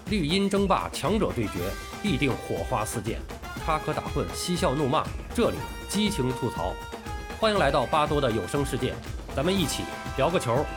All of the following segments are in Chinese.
绿茵争霸，强者对决，必定火花四溅，插科打诨，嬉笑怒骂，这里激情吐槽。欢迎来到巴多的有声世界，咱们一起聊个球。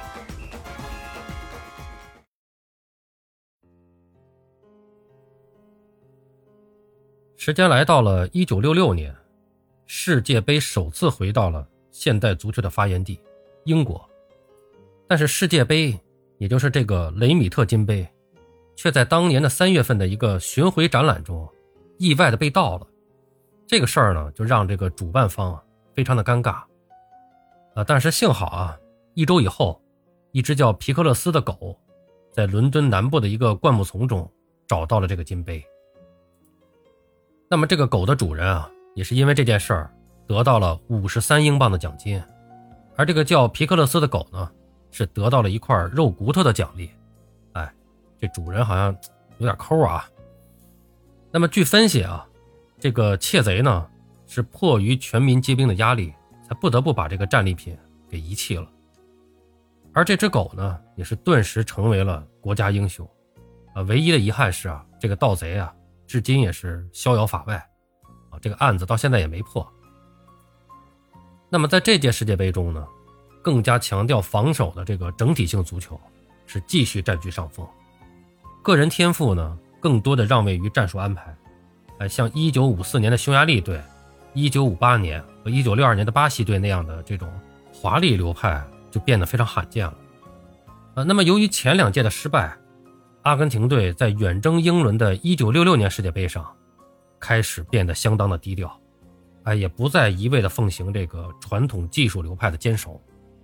时间来到了1966年，世界杯首次回到了现代足球的发源地英国。但是世界杯，也就是这个雷米特金杯，却在当年的3月份的一个巡回展览中意外的被盗了。这个事儿呢，就让这个主办方非常的尴尬。但是幸好1周以后，一只叫皮克勒斯的狗在伦敦南部的一个灌木丛中找到了这个金杯。那么这个狗的主人也是因为这件事儿得到了53英镑的奖金，而这个叫皮克勒斯的狗呢，是得到了一块肉骨头的奖励。这主人好像有点抠啊。那么据分析这个窃贼呢，是迫于全民皆兵的压力，才不得不把这个战利品给遗弃了。而这只狗呢，也是顿时成为了国家英雄。唯一的遗憾是这个盗贼至今也是逍遥法外。这个案子到现在也没破。那么在这届世界杯中呢，更加强调防守的这个整体性足球是继续占据上风。个人天赋呢，更多的让位于战术安排。像1954年的匈牙利队、1958年和1962年的巴西队那样的这种华丽流派就变得非常罕见了。那么由于前2届的失败，阿根廷队在远征英伦的1966年世界杯上开始变得相当的低调，也不再一味的奉行这个传统技术流派的坚守。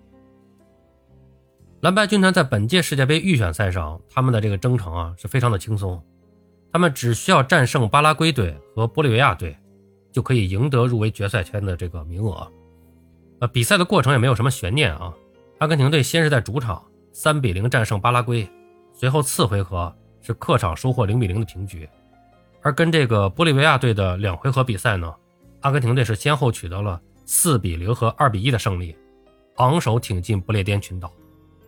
蓝白军团在本届世界杯预选赛上，他们的这个征程是非常的轻松，他们只需要战胜巴拉圭队和玻利维亚队，就可以赢得入围决赛圈的这个名额。比赛的过程也没有什么悬念阿根廷队先是在主场3-0战胜巴拉圭，随后次回合是客场收获0-0的平局。而跟这个玻利维亚队的2回合比赛呢，阿根廷队是先后取得了4-0和2-1的胜利，昂首挺进不列颠群岛。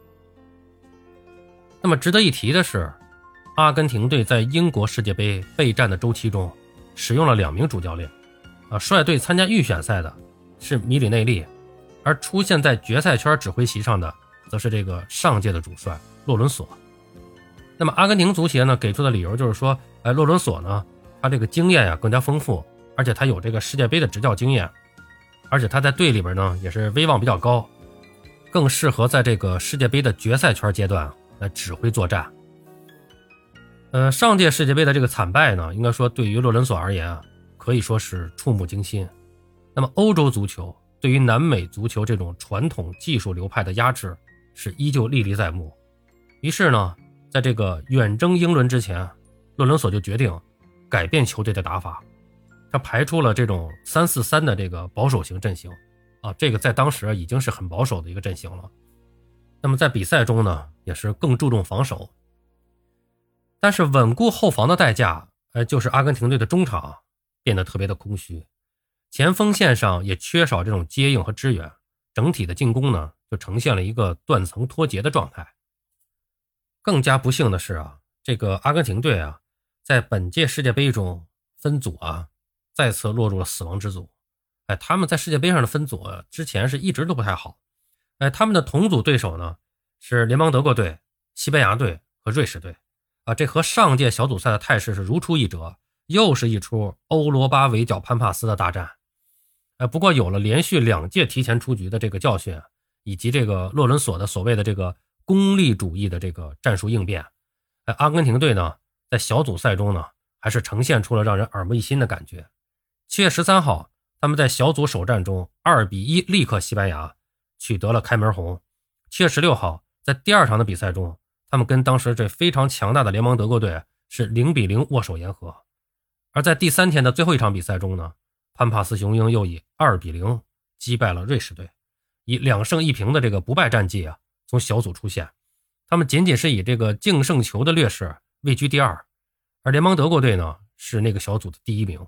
那么值得一提的是，阿根廷队在英国世界杯备战的周期中使用了2名主教练。率队参加预选赛的是米里内利，而出现在决赛圈指挥席上的则是这个上届的主帅洛伦索。那么阿根廷足协呢给出的理由就是说，洛伦索呢，他这个经验更加丰富，而且他有这个世界杯的执教经验，而且他在队里边呢也是威望比较高，更适合在这个世界杯的决赛圈阶段来指挥作战。上届世界杯的这个惨败呢，应该说对于洛伦索而言可以说是触目惊心。那么欧洲足球对于南美足球这种传统技术流派的压制是依旧历历在目。于是呢，在这个远征英伦之前，洛伦索就决定改变球队的打法，他排出了这种3-4-3的这个保守型阵型这个在当时已经是很保守的一个阵型了。那么在比赛中呢，也是更注重防守。但是稳固后防的代价就是阿根廷队的中场变得特别的空虚，前锋线上也缺少这种接应和支援，整体的进攻呢就呈现了一个断层脱节的状态。更加不幸的是这个阿根廷队在本届世界杯中分组再次落入了死亡之组。他们在世界杯上的分组之前是一直都不太好。他们的同组对手呢是联邦德国队、西班牙队和瑞士队这和上届小组赛的态势是如出一辙，又是一出欧罗巴围剿潘帕斯的大战。不过有了连续2届提前出局的这个教训，以及这个洛伦索的所谓的这个功利主义的这个战术应变，阿根廷队呢在小组赛中呢还是呈现出了让人耳目一新的感觉。7月13号，他们在小组首战中2-1力克西班牙，取得了开门红。7月16号，在第2场的比赛中，他们跟当时这非常强大的联邦德国队是0-0握手言和。而在第3天的最后一场比赛中呢，潘帕斯雄鹰又以2-0击败了瑞士队，以2胜1平的这个不败战绩从小组出线。他们仅仅是以这个净胜球的劣势位居第2，而联邦德国队呢是那个小组的第1名。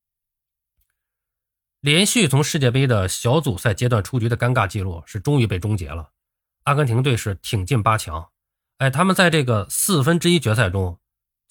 连续从世界杯的小组赛阶段出局的尴尬记录是终于被终结了。阿根廷队是挺进8强，他们在这个1/4决赛中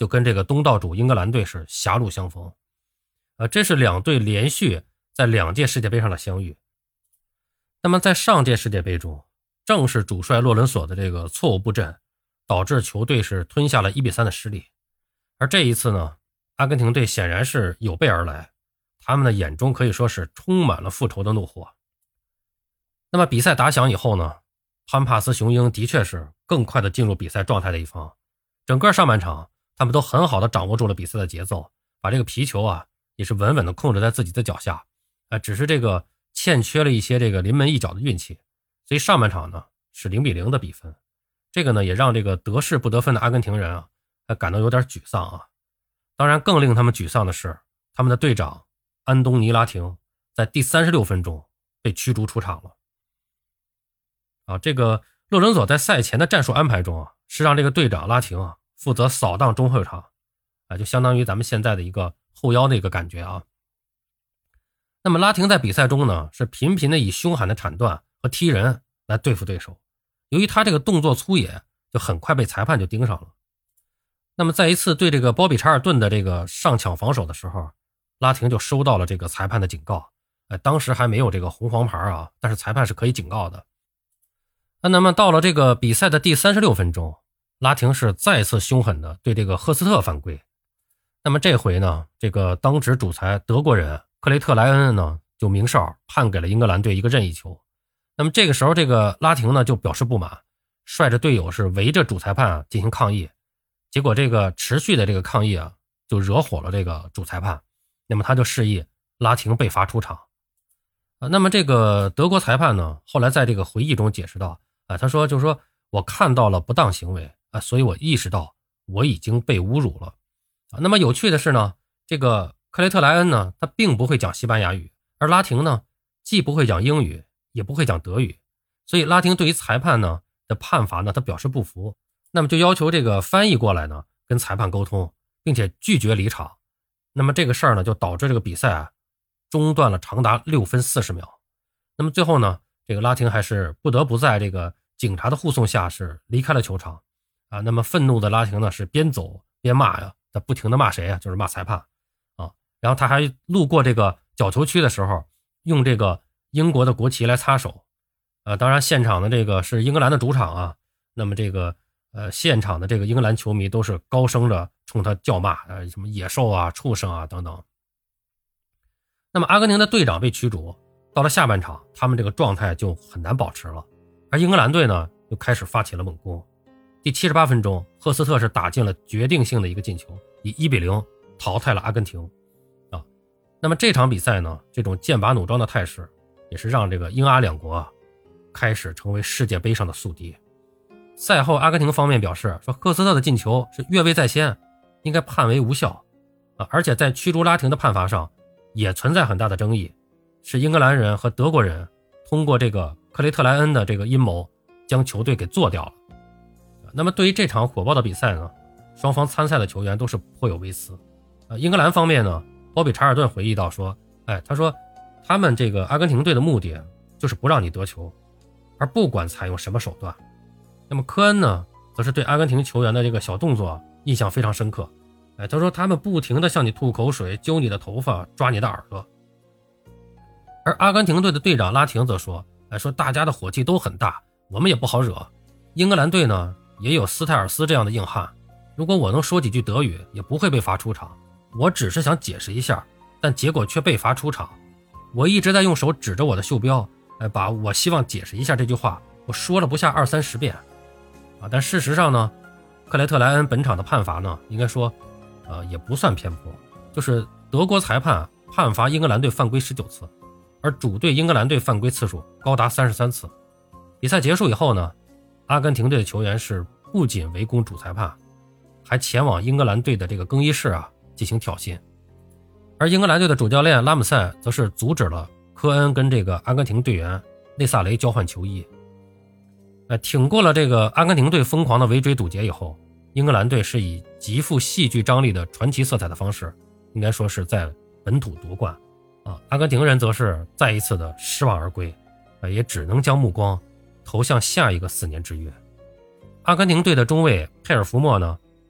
就跟这个东道主英格兰队是狭路相逢。这是两队连续在2届世界杯上的相遇。那么在上届世界杯中，正是主帅洛伦索的这个错误布阵，导致球队是吞下了1-3的失利。而这一次呢，阿根廷队显然是有备而来，他们的眼中可以说是充满了复仇的怒火。那么比赛打响以后呢，潘帕斯雄鹰的确是更快的进入比赛状态的一方。整个上半场他们都很好的掌握住了比赛的节奏，把这个皮球也是稳稳的控制在自己的脚下。只是这个欠缺了一些这个临门一脚的运气，所以上半场呢是0-0的比分。这个呢也让这个得势不得分的阿根廷人感到有点沮丧。当然更令他们沮丧的是，他们的队长安东尼拉廷在第36分钟被驱逐出场了。这个洛伦索在赛前的战术安排中是让这个队长拉廷负责扫荡中后场，就相当于咱们现在的一个后腰的一个感觉。那么拉廷在比赛中呢是频频的以凶悍的铲断和踢人来对付对手，由于他这个动作粗野，就很快被裁判就盯上了。那么在一次对这个波比查尔顿的这个上抢防守的时候，拉廷就收到了这个裁判的警告。当时还没有这个红黄牌但是裁判是可以警告的。那么到了这个比赛的第36分钟，拉廷是再次凶狠的对这个赫斯特犯规。那么这回呢，这个当值主裁德国人克雷特莱恩呢就明哨判给了英格兰队一个任意球。那么这个时候这个拉廷呢就表示不满，率着队友是围着主裁判进行抗议。结果这个持续的这个抗议就惹火了这个主裁判，那么他就示意拉廷被罚出场。那么这个德国裁判呢后来在这个回忆中解释到，他说就是说我看到了不当行为所以我意识到我已经被侮辱了。那么有趣的是呢，这个克雷特莱恩呢他并不会讲西班牙语，而拉廷呢既不会讲英语也不会讲德语，所以拉廷对于裁判呢的判罚呢他表示不服，那么就要求这个翻译过来呢跟裁判沟通，并且拒绝离场。那么这个事儿呢就导致这个比赛中断了长达6分40秒。那么最后呢，这个拉廷还是不得不在这个警察的护送下是离开了球场。那么愤怒的拉廷呢是边走边骂他不停的骂谁就是骂裁判然后他还路过这个角球区的时候用这个英国的国旗来擦手。当然现场的这个是英格兰的主场那么这个现场的这个英格兰球迷都是高声的冲他叫骂什么野兽畜生等等。那么阿根廷的队长被驱逐，到了下半场他们这个状态就很难保持了，而英格兰队呢又开始发起了猛攻。第78分钟，赫斯特是打进了决定性的一个进球，以1-0淘汰了阿根廷那么这场比赛呢，这种剑拔弩张的态势也是让这个英阿两国开始成为世界杯上的宿敌。赛后阿根廷方面表示说，赫斯特的进球是越位在先，应该判为无效而且在驱逐拉廷的判罚上也存在很大的争议，是英格兰人和德国人通过这个克雷特莱恩的这个阴谋将球队给做掉了。那么对于这场火爆的比赛呢，双方参赛的球员都是颇有微词。英格兰方面呢，波比查尔顿回忆到说，他说他们这个阿根廷队的目的就是不让你得球，而不管采用什么手段。那么科恩呢，则是对阿根廷球员的这个小动作印象非常深刻。他说他们不停地向你吐口水，揪你的头发，抓你的耳朵。而阿根廷队的队长拉廷则说，说大家的火气都很大，我们也不好惹。英格兰队呢也有斯泰尔斯这样的硬汉，如果我能说几句德语也不会被罚出场，我只是想解释一下，但结果却被罚出场。我一直在用手指着我的袖标，把我希望解释一下这句话我说了不下20-30遍但事实上呢，克雷特莱恩本场的判罚呢应该说也不算偏颇，就是德国裁判判罚英格兰队犯规19次，而主队英格兰队犯规次数高达33次。比赛结束以后呢，阿根廷队的球员是不仅围攻主裁判，还前往英格兰队的这个更衣室进行挑衅。而英格兰队的主教练拉姆塞则是阻止了科恩跟这个阿根廷队员内萨雷交换球衣。挺过了这个阿根廷队疯狂的围追堵截以后，英格兰队是以极富戏剧张力的传奇色彩的方式，应该说是在本土夺冠阿根廷人则是再一次的失望而归，也只能将目光投向下一个4年之约。阿根廷队的中卫佩尔福莫呢，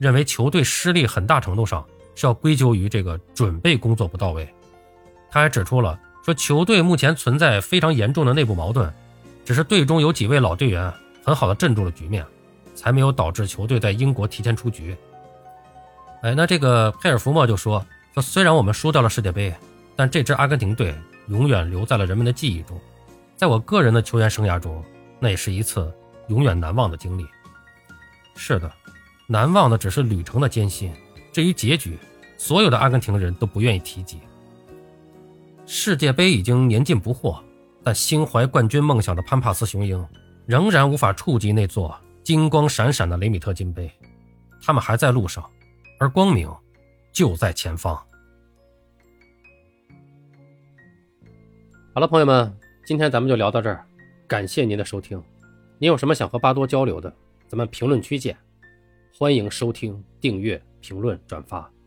认为球队失利很大程度上是要归咎于这个准备工作不到位。他还指出了说，球队目前存在非常严重的内部矛盾，只是队中有几位老队员很好的镇住了局面，才没有导致球队在英国提前出局。那这个佩尔福莫就说虽然我们输掉了世界杯，但这支阿根廷队永远留在了人们的记忆中，在我个人的球员生涯中，那也是一次永远难忘的经历。是的，难忘的只是旅程的艰辛，至于结局，所有的阿根廷人都不愿意提及。世界杯已经年近不惑，但心怀冠军梦想的潘帕斯雄鹰仍然无法触及那座金光闪闪的雷米特金杯，他们还在路上，而光明就在前方。好了，朋友们，今天咱们就聊到这儿，感谢您的收听。您有什么想和巴多交流的，咱们评论区见。欢迎收听、订阅、评论、转发。